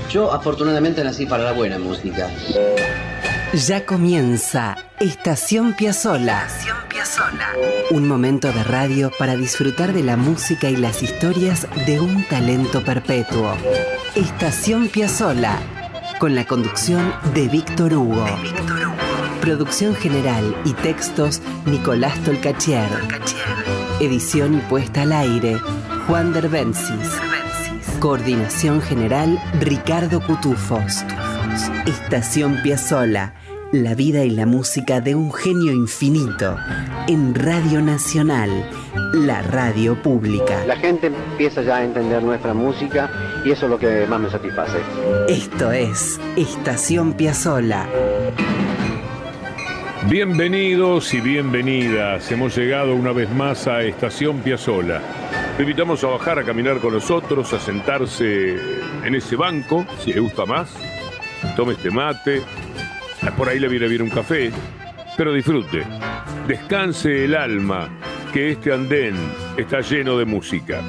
Yo afortunadamente nací para la buena música. Ya comienza Estación Piazzolla. Un momento de radio para disfrutar de la música y las historias de un talento perpetuo. Estación Piazzolla, con la conducción de Víctor Hugo. Producción general y textos, Nicolás Tolcachier. Edición y puesta al aire, Juan Derbencis. Coordinación general, Ricardo Cutufos. Estación Piazzolla, la vida y la música de un genio infinito, en Radio Nacional, la radio pública. La gente empieza ya a entender nuestra música y eso es lo que más me satisface. Esto es Estación Piazzolla. Bienvenidos y bienvenidas. Hemos llegado una vez más a Estación Piazzolla. Te invitamos a bajar a caminar con nosotros, a sentarse en ese banco, si le gusta más. Tome este mate. Por ahí le viene bien un café. Pero disfrute. Descanse el alma, que este andén está lleno de música.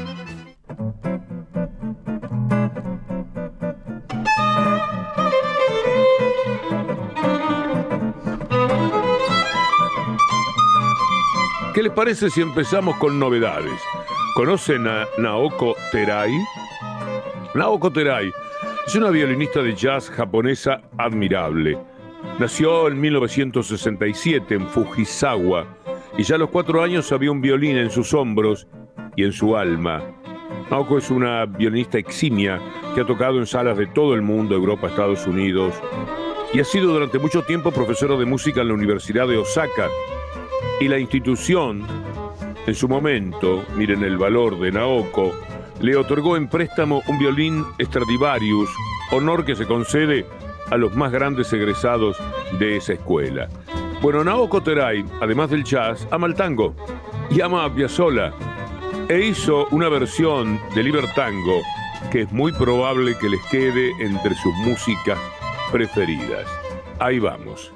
¿Qué les parece si empezamos con novedades? ¿Conocen a Naoko Terai? Naoko Terai es una violinista de jazz japonesa admirable. Nació en 1967 en Fujisawa y ya a los 4 años había un violín en sus hombros y en su alma. Naoko es una violinista eximia que ha tocado en salas de todo el mundo, Europa, Estados Unidos, y ha sido durante mucho tiempo profesora de música en la Universidad de Osaka. Y la institución, en su momento, miren el valor de Naoko, le otorgó en préstamo un violín Stradivarius, honor que se concede a los más grandes egresados de esa escuela. Bueno, Naoko Terai, además del jazz, ama el tango y ama a Piazzolla, e hizo una versión de Libertango que es muy probable que les quede entre sus músicas preferidas. Ahí vamos.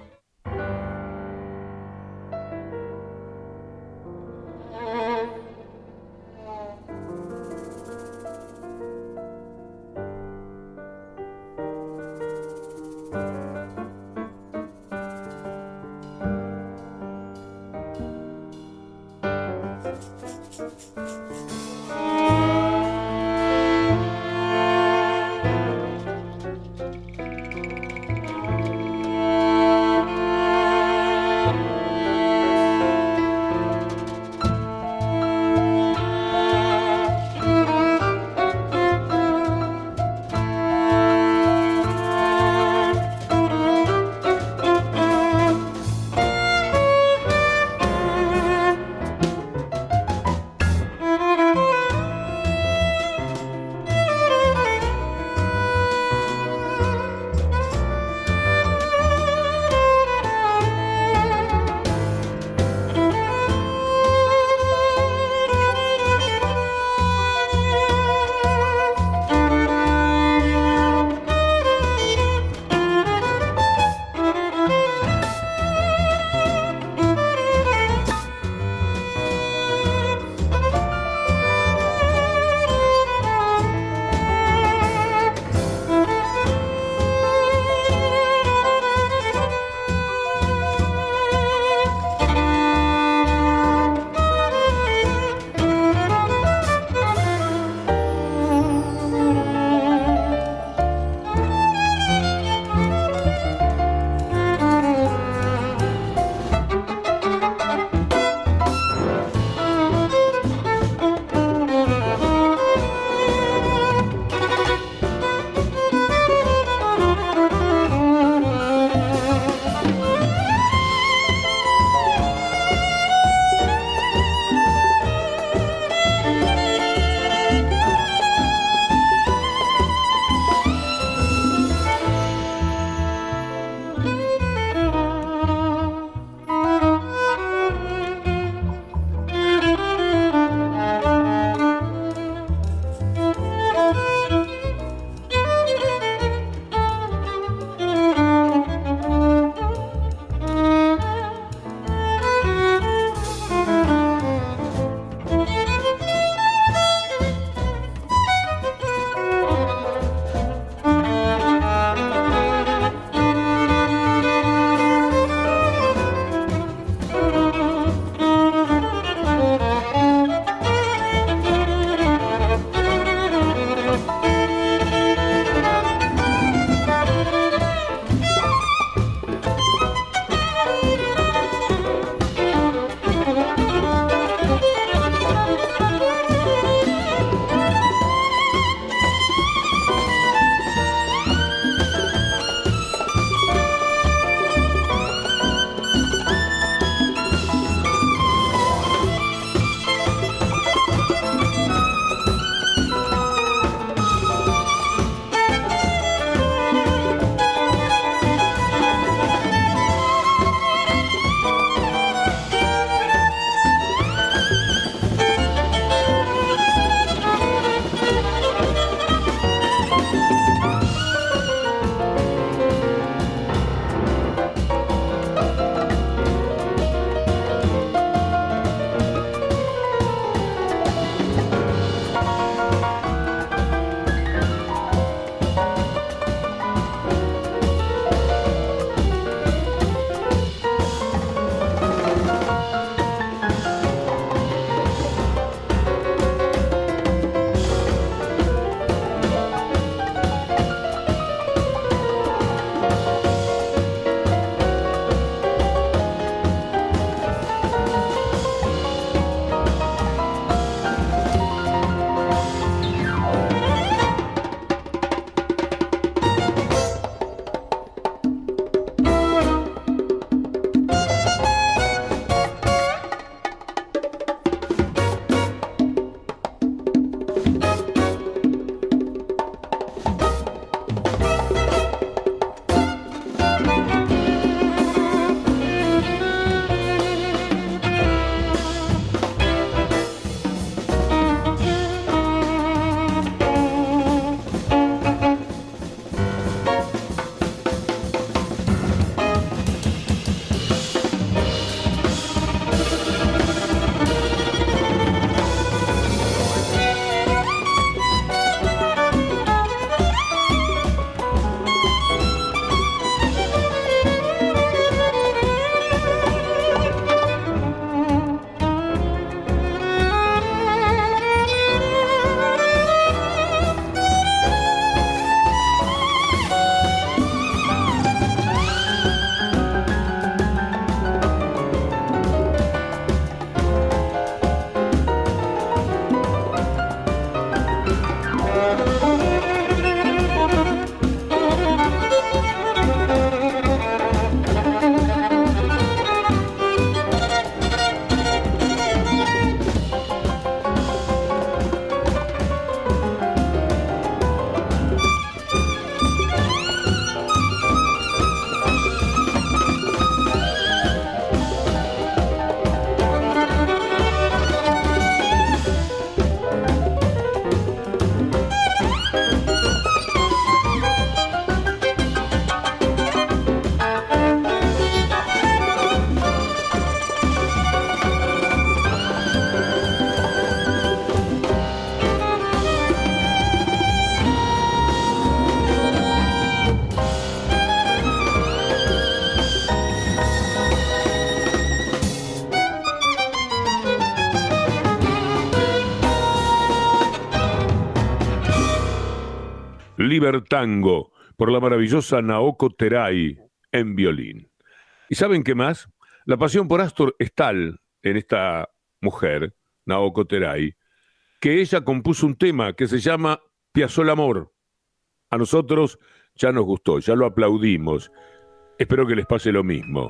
Libertango, por la maravillosa Naoko Terai en violín. ¿Y saben qué más? La pasión por Astor es tal en esta mujer, Naoko Terai, que ella compuso un tema que se llama Piazzolla Amor. A nosotros ya nos gustó, ya lo aplaudimos. Espero que les pase lo mismo.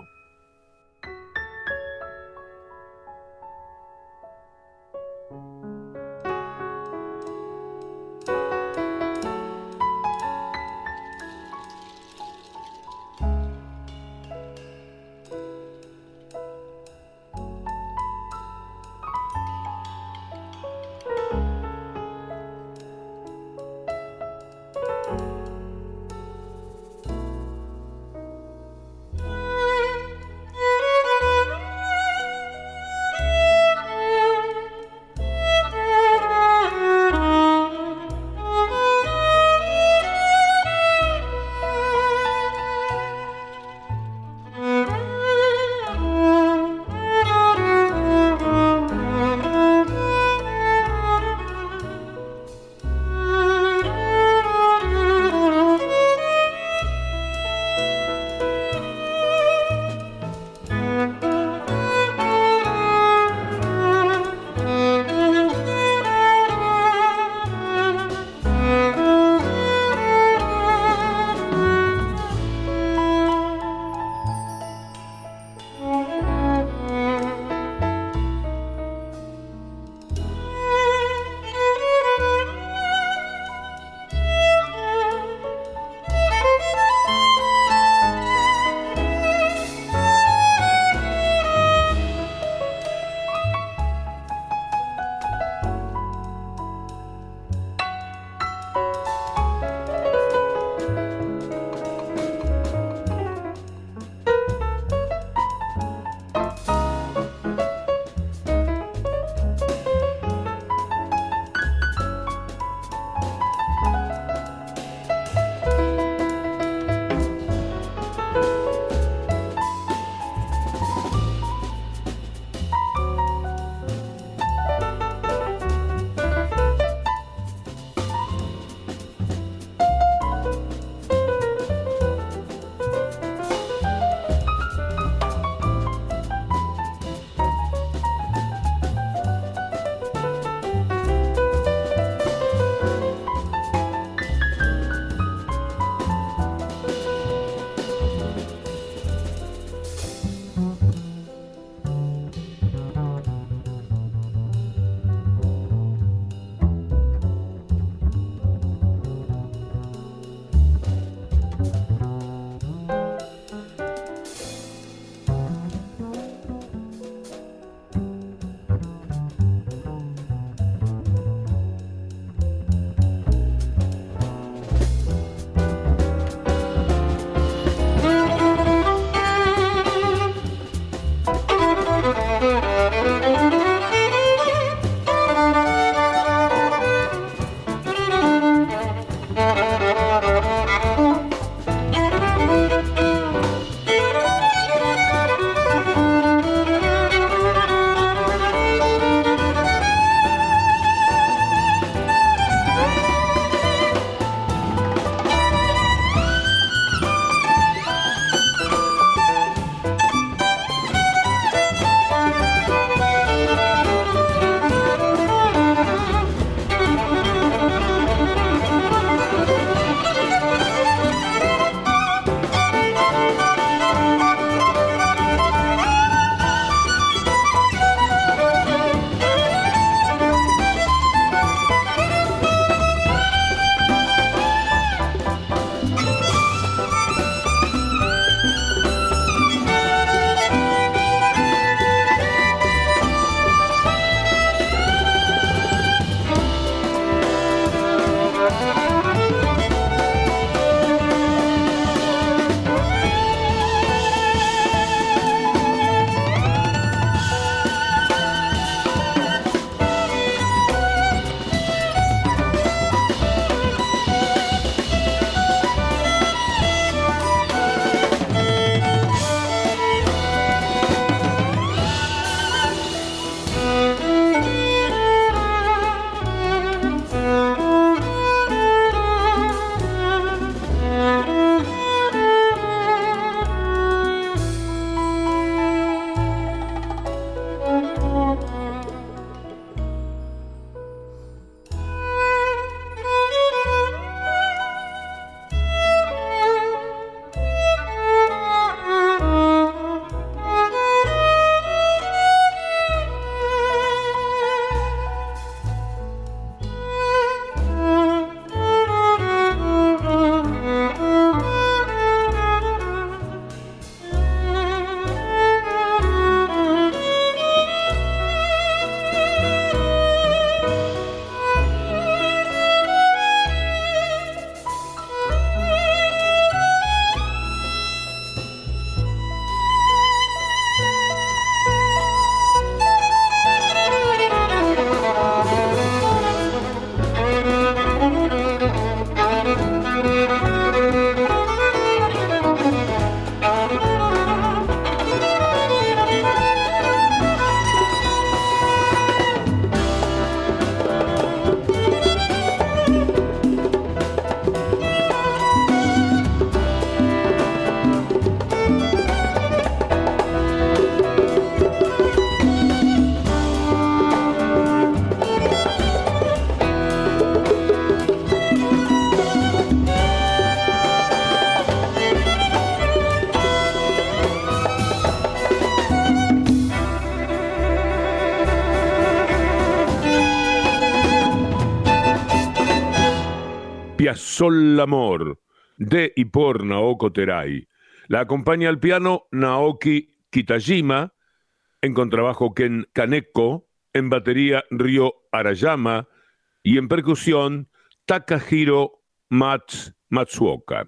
aria Sol l'amor, de y por Naoko Terai. La acompaña al piano Naoki Kitajima, en contrabajo Ken Kaneko, en batería Ryo Arayama y en percusión Takahiro Matsuoka.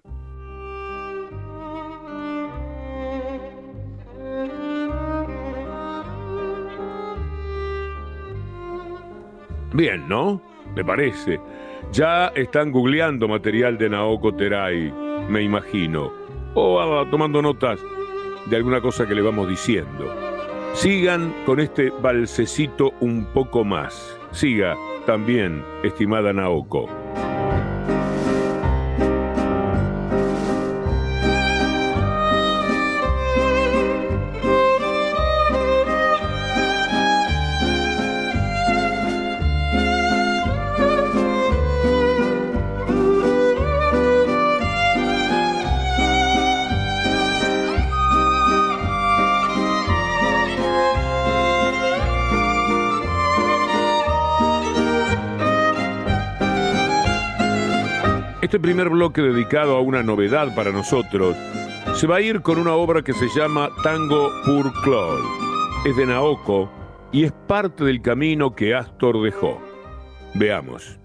Bien, ¿no? Me parece. Ya están googleando material de Naoko Terai, me imagino. O tomando notas de alguna cosa que le vamos diciendo. Sigan con este balsecito un poco más. Siga también, estimada Naoko. Este primer bloque dedicado a una novedad para nosotros se va a ir con una obra que se llama Tango pour Claude. Es de Naoko y es parte del camino que Astor dejó. Veamos.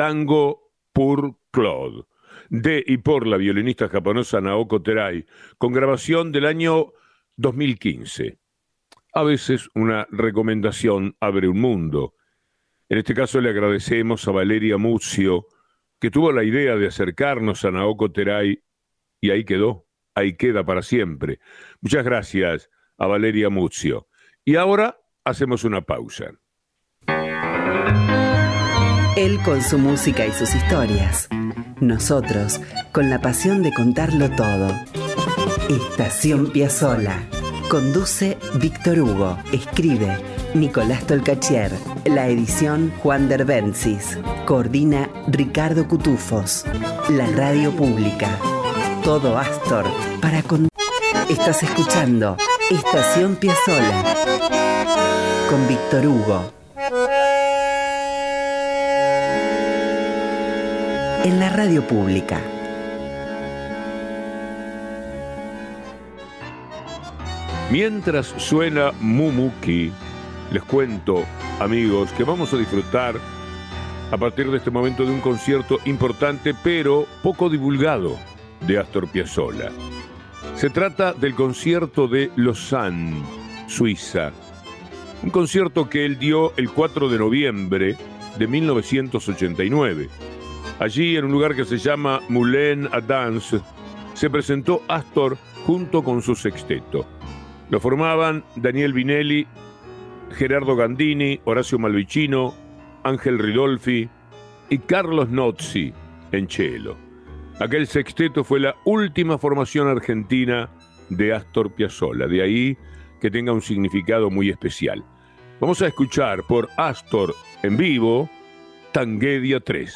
Tango pour Claude, de y por la violinista japonesa Naoko Terai, con grabación del año 2015. A veces una recomendación abre un mundo. En este caso le agradecemos a Valeria Muzio, que tuvo la idea de acercarnos a Naoko Terai, y ahí queda para siempre. Muchas gracias a Valeria Muzio. Y ahora hacemos una pausa. Él con su música y sus historias. Nosotros con la pasión de contarlo todo. Estación Piazzolla. Conduce Víctor Hugo. Escribe Nicolás Tolcachier. La edición Juan Derbencis. Coordina Ricardo Cutufos. La radio pública. Todo Astor para con... Estás escuchando Estación Piazzolla con Víctor Hugo. En la radio pública. Mientras suena Mumuki, les cuento, amigos, que vamos a disfrutar a partir de este momento de un concierto importante pero poco divulgado de Astor Piazzolla. Se trata del concierto de Lausanne, Suiza. Un concierto que él dio el 4 de noviembre de 1989. Allí, en un lugar que se llama Moulin à Danse, se presentó Astor junto con su sexteto. Lo formaban Daniel Vinelli, Gerardo Gandini, Horacio Malvicino, Ángel Ridolfi y Carlos Nozzi en cello. Aquel sexteto fue la última formación argentina de Astor Piazzolla, de ahí que tenga un significado muy especial. Vamos a escuchar por Astor en vivo, Tanguedia 3.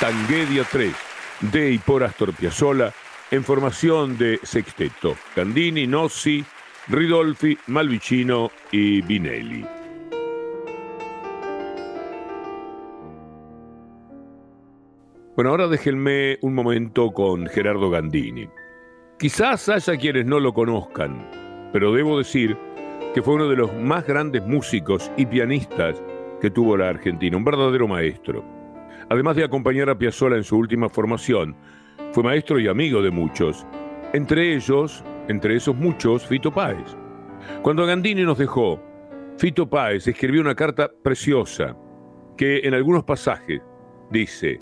Tanguedia 3, de y por Astor Piazzolla, en formación de sexteto: Gandini, Nossi, Ridolfi, Malvicino y Vinelli. Bueno, ahora déjenme un momento con Gerardo Gandini. Quizás haya quienes no lo conozcan, pero debo decir que fue uno de los más grandes músicos y pianistas que tuvo la Argentina, un verdadero maestro. Además de acompañar a Piazzolla en su última formación, fue maestro y amigo de muchos, entre esos muchos, Fito Páez. Cuando Gandini nos dejó, Fito Páez escribió una carta preciosa que en algunos pasajes dice: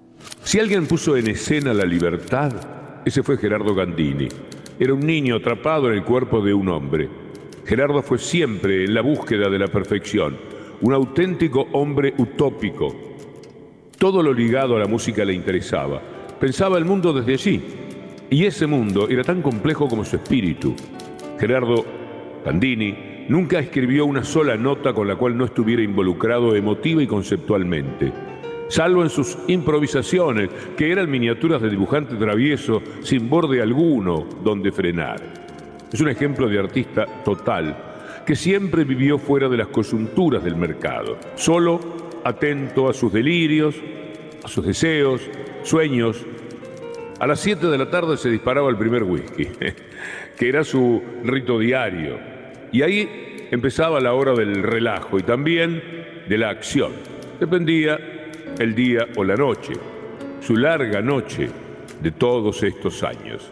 si alguien puso en escena la libertad, ese fue Gerardo Gandini. Era un niño atrapado en el cuerpo de un hombre. Gerardo fue siempre en la búsqueda de la perfección, un auténtico hombre utópico. Todo lo ligado a la música le interesaba. Pensaba el mundo desde allí, y ese mundo era tan complejo como su espíritu. Gerardo Gandini nunca escribió una sola nota con la cual no estuviera involucrado emotiva y conceptualmente, salvo en sus improvisaciones, que eran miniaturas de dibujante travieso sin borde alguno donde frenar. Es un ejemplo de artista total, que siempre vivió fuera de las coyunturas del mercado, solo atento a sus delirios, a sus deseos, sueños. A las 7 de la tarde se disparaba el primer whisky, que era su rito diario. Y ahí empezaba la hora del relajo y también de la acción. Dependía el día o la noche, su larga noche de todos estos años.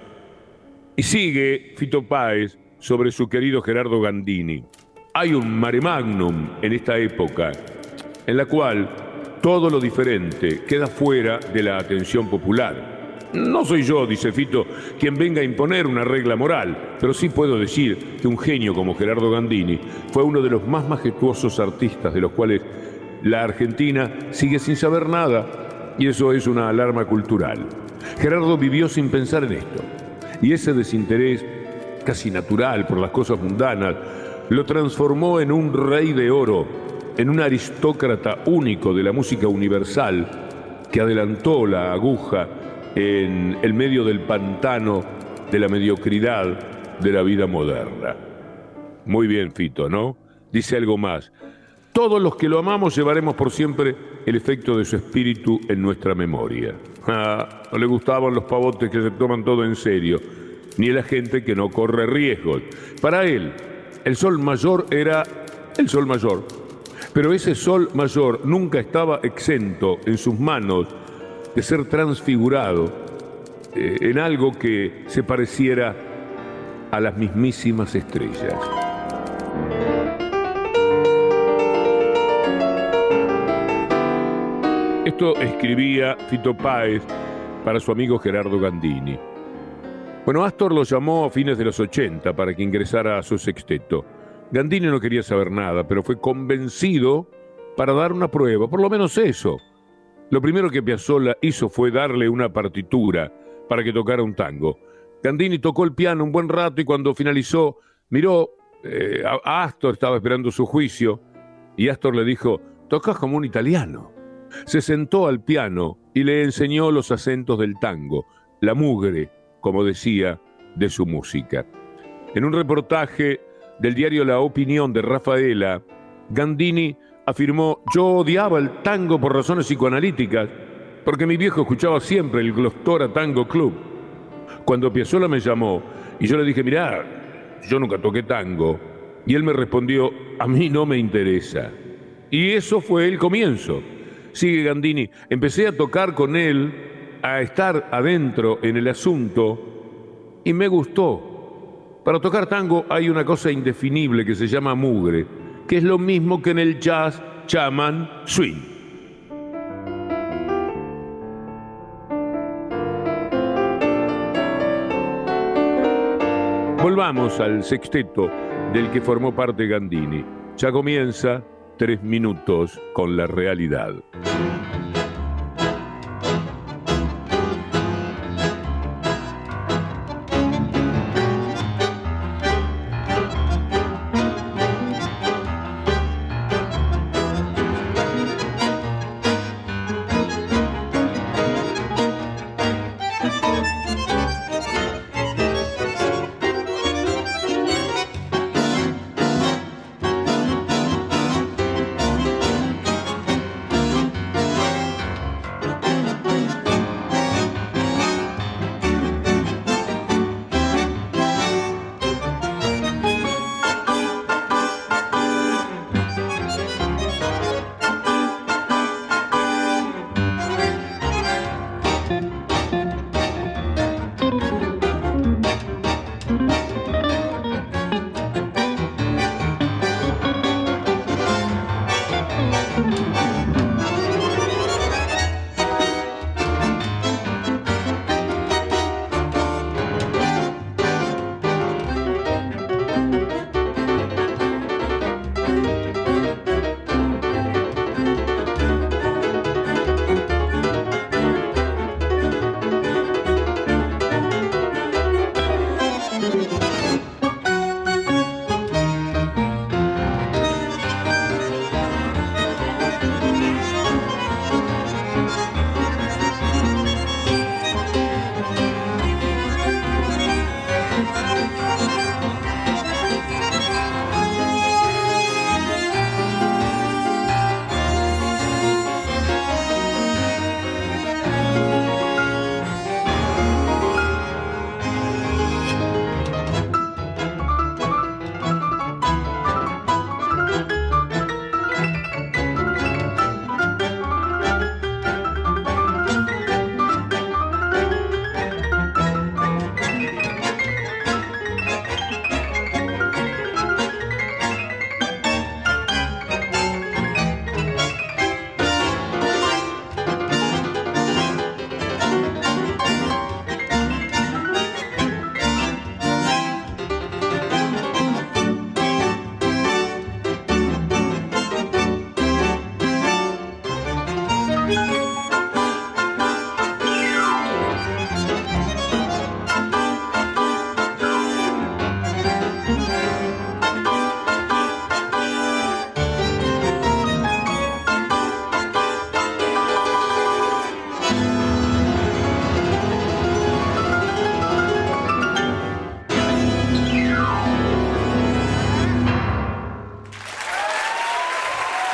Y sigue Fito Páez sobre su querido Gerardo Gandini. Hay un mare magnum en esta época en la cual todo lo diferente queda fuera de la atención popular. No soy yo, dice Fito, quien venga a imponer una regla moral, pero sí puedo decir que un genio como Gerardo Gandini fue uno de los más majestuosos artistas de los cuales la Argentina sigue sin saber nada, y eso es una alarma cultural. Gerardo vivió sin pensar en esto, y ese desinterés casi natural por las cosas mundanas lo transformó en un rey de oro, en un aristócrata único de la música universal que adelantó la aguja en el medio del pantano de la mediocridad de la vida moderna. Muy bien, Fito, ¿no? Dice algo más: todos los que lo amamos llevaremos por siempre el efecto de su espíritu en nuestra memoria. No le gustaban los pavotes que se toman todo en serio, ni la gente que no corre riesgos. Para él, el sol mayor era el sol mayor, pero ese sol mayor nunca estaba exento en sus manos de ser transfigurado en algo que se pareciera a las mismísimas estrellas. Esto escribía Fito Páez para su amigo Gerardo Gandini. Bueno, Astor lo llamó a fines de los 80 para que ingresara a su sexteto. Gandini no quería saber nada, pero fue convencido para dar una prueba, por lo menos eso. Lo primero que Piazzolla hizo fue darle una partitura para que tocara un tango. Gandini tocó el piano un buen rato y cuando finalizó, miró a Astor, estaba esperando su juicio, y Astor le dijo: tocas como un italiano. Se sentó al piano y le enseñó los acentos del tango, la mugre, como decía, de su música. En un reportaje del diario La Opinión de Rafaela, Gandini afirmó: yo odiaba el tango por razones psicoanalíticas, porque mi viejo escuchaba siempre el Glostora Tango Club. Cuando Piazzolla me llamó y yo le dije: mirá, yo nunca toqué tango, y él me respondió: a mí no me interesa. Y eso fue el comienzo. Sigue Gandini: empecé a tocar con él, a estar adentro en el asunto, y me gustó. Para tocar tango hay una cosa indefinible que se llama mugre, que es lo mismo que en el jazz llaman swing. Volvamos al sexteto del que formó parte Gandini. Ya comienza 3 minutos con la realidad.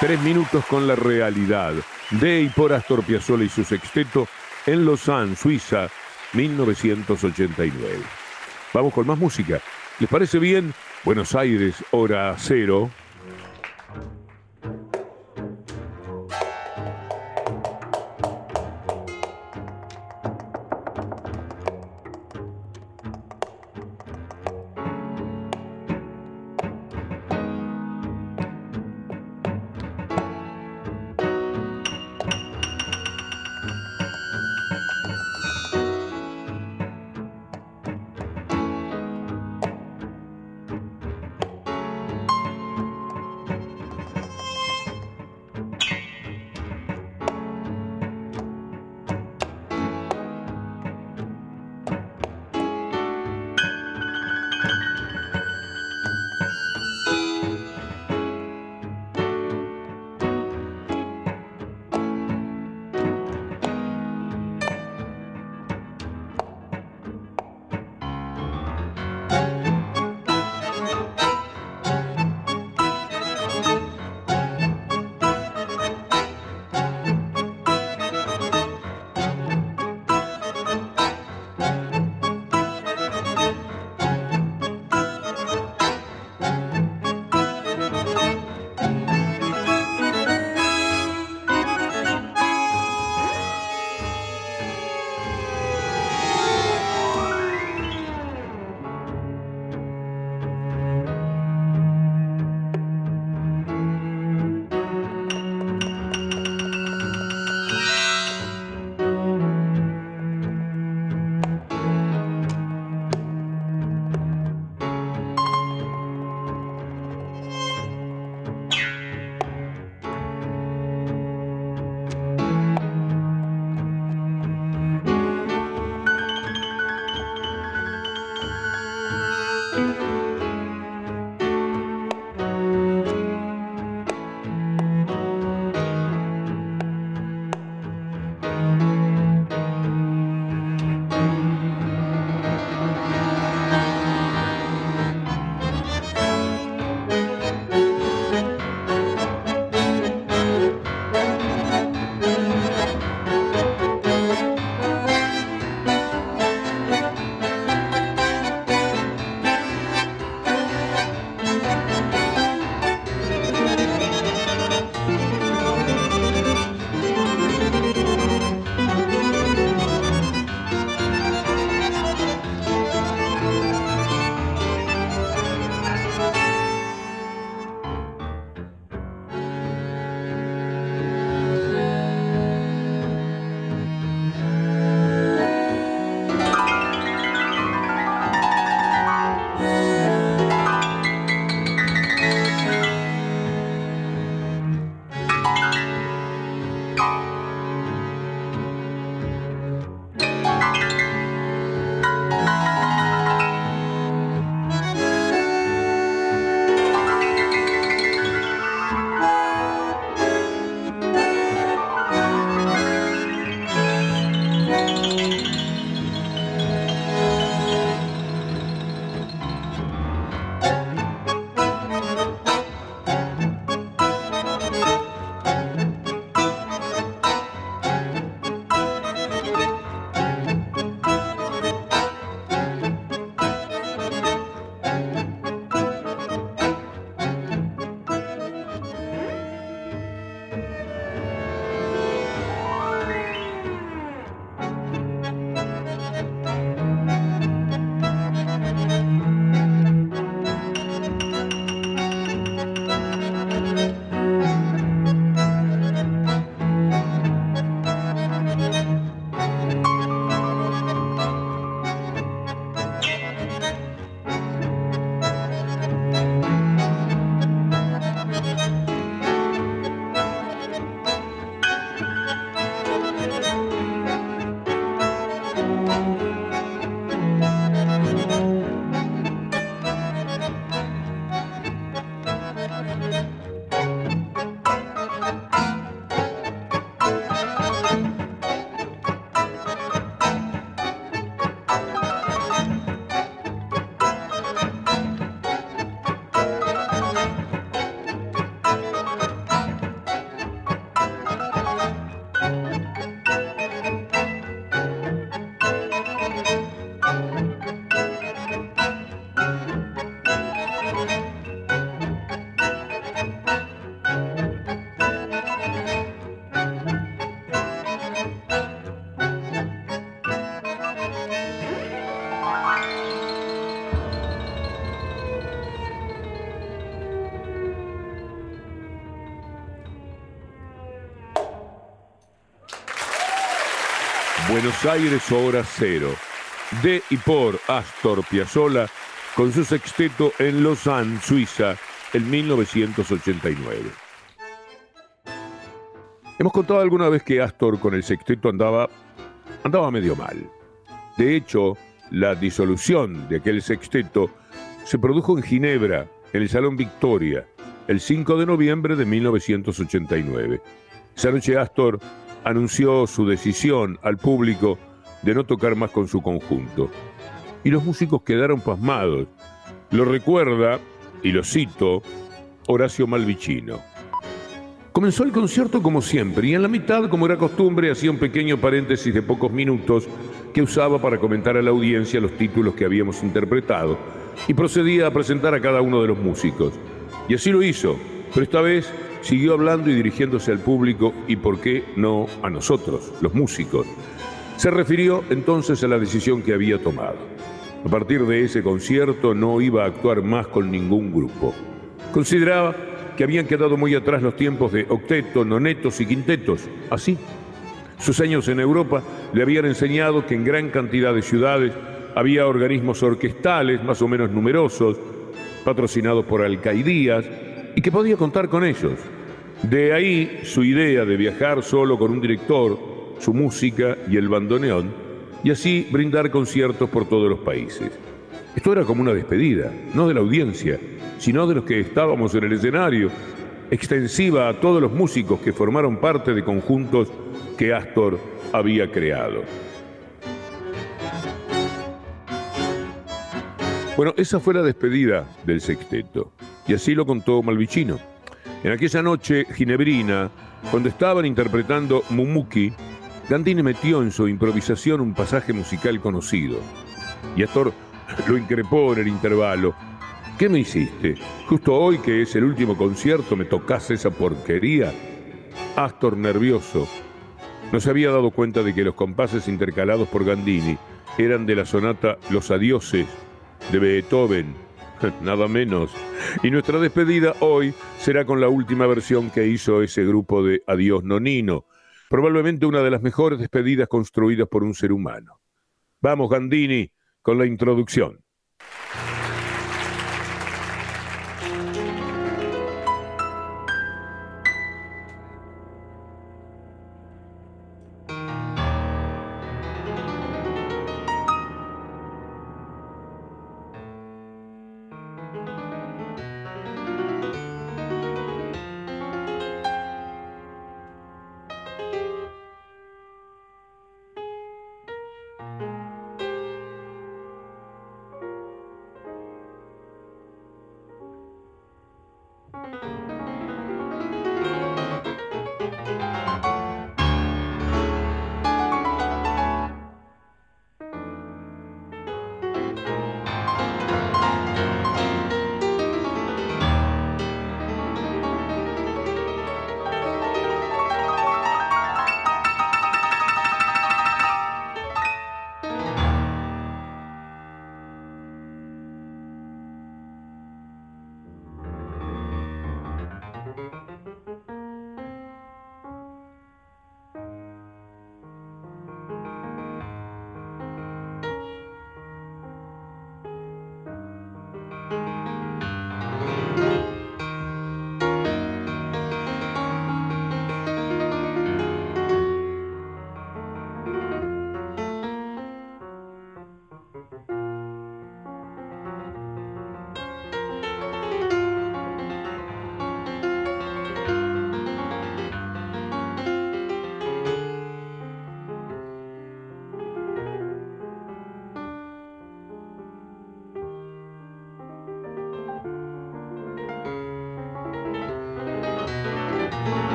3 minutos con la realidad, de y por Astor Piazzolla y su sexteto en Lausanne, Suiza, 1989. Vamos con más música. ¿Les parece bien? Buenos Aires, hora cero. Buenos Aires, hora cero, de y por Astor Piazzolla, con su sexteto en Lausanne, Suiza, en 1989. Hemos contado alguna vez que Astor con el sexteto andaba medio mal. De hecho, la disolución de aquel sexteto se produjo en Ginebra, en el Salón Victoria, el 5 de noviembre de 1989. Esa noche Astor anunció su decisión al público de no tocar más con su conjunto. Y los músicos quedaron pasmados. Lo recuerda, y lo cito, Horacio Malvicino. Comenzó el concierto como siempre, y en la mitad, como era costumbre, hacía un pequeño paréntesis de pocos minutos que usaba para comentar a la audiencia los títulos que habíamos interpretado, y procedía a presentar a cada uno de los músicos. Y así lo hizo, pero esta vez siguió hablando y dirigiéndose al público y, por qué no, a nosotros, los músicos. Se refirió entonces a la decisión que había tomado. A partir de ese concierto no iba a actuar más con ningún grupo. Consideraba que habían quedado muy atrás los tiempos de octetos, nonetos y quintetos. Así, sus años en Europa le habían enseñado que en gran cantidad de ciudades había organismos orquestales más o menos numerosos, patrocinados por alcaidías, y que podía contar con ellos. De ahí su idea de viajar solo con un director, su música y el bandoneón, y así brindar conciertos por todos los países. Esto era como una despedida, no de la audiencia, sino de los que estábamos en el escenario, extensiva a todos los músicos que formaron parte de conjuntos que Astor había creado. Bueno, esa fue la despedida del sexteto, y así lo contó Malvicino. En aquella noche ginebrina, cuando estaban interpretando Mumuki, Gandini metió en su improvisación un pasaje musical conocido, y Astor lo increpó en el intervalo. ¿Qué me hiciste? Justo hoy, que es el último concierto, ¿me tocás esa porquería? Astor, nervioso, no se había dado cuenta de que los compases intercalados por Gandini eran de la sonata Los Adioses de Beethoven, nada menos. Y nuestra despedida hoy será con la última versión que hizo ese grupo de Adiós Nonino, probablemente una de las mejores despedidas construidas por un ser humano. Vamos, Gandini, con la introducción.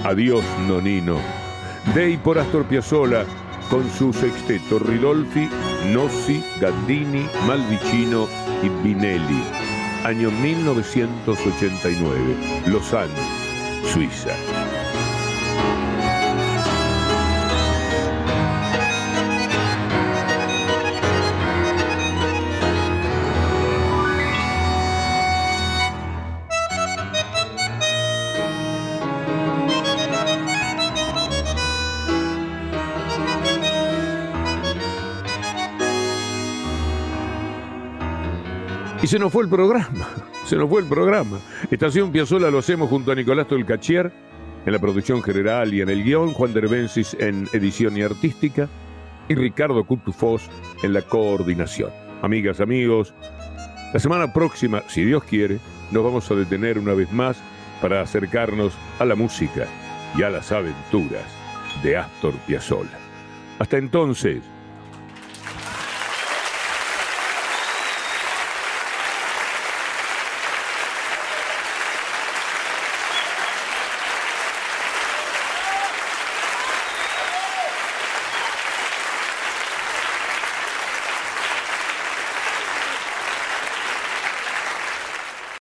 Adiós, nonino. Dei por Astor Piazzolla con su sexteto Ridolfi, Nossi, Gandini, Malvicino y Vinelli. Año 1989, Lausanne, Suiza. Y se nos fue el programa, Estación Piazzolla lo hacemos junto a Nicolás Tolcachier en la producción general y en el guión, Juan Derbensis en edición y artística y Ricardo Cutufós en la coordinación. Amigas, amigos, la semana próxima, si Dios quiere, nos vamos a detener una vez más para acercarnos a la música y a las aventuras de Astor Piazzolla. Hasta entonces,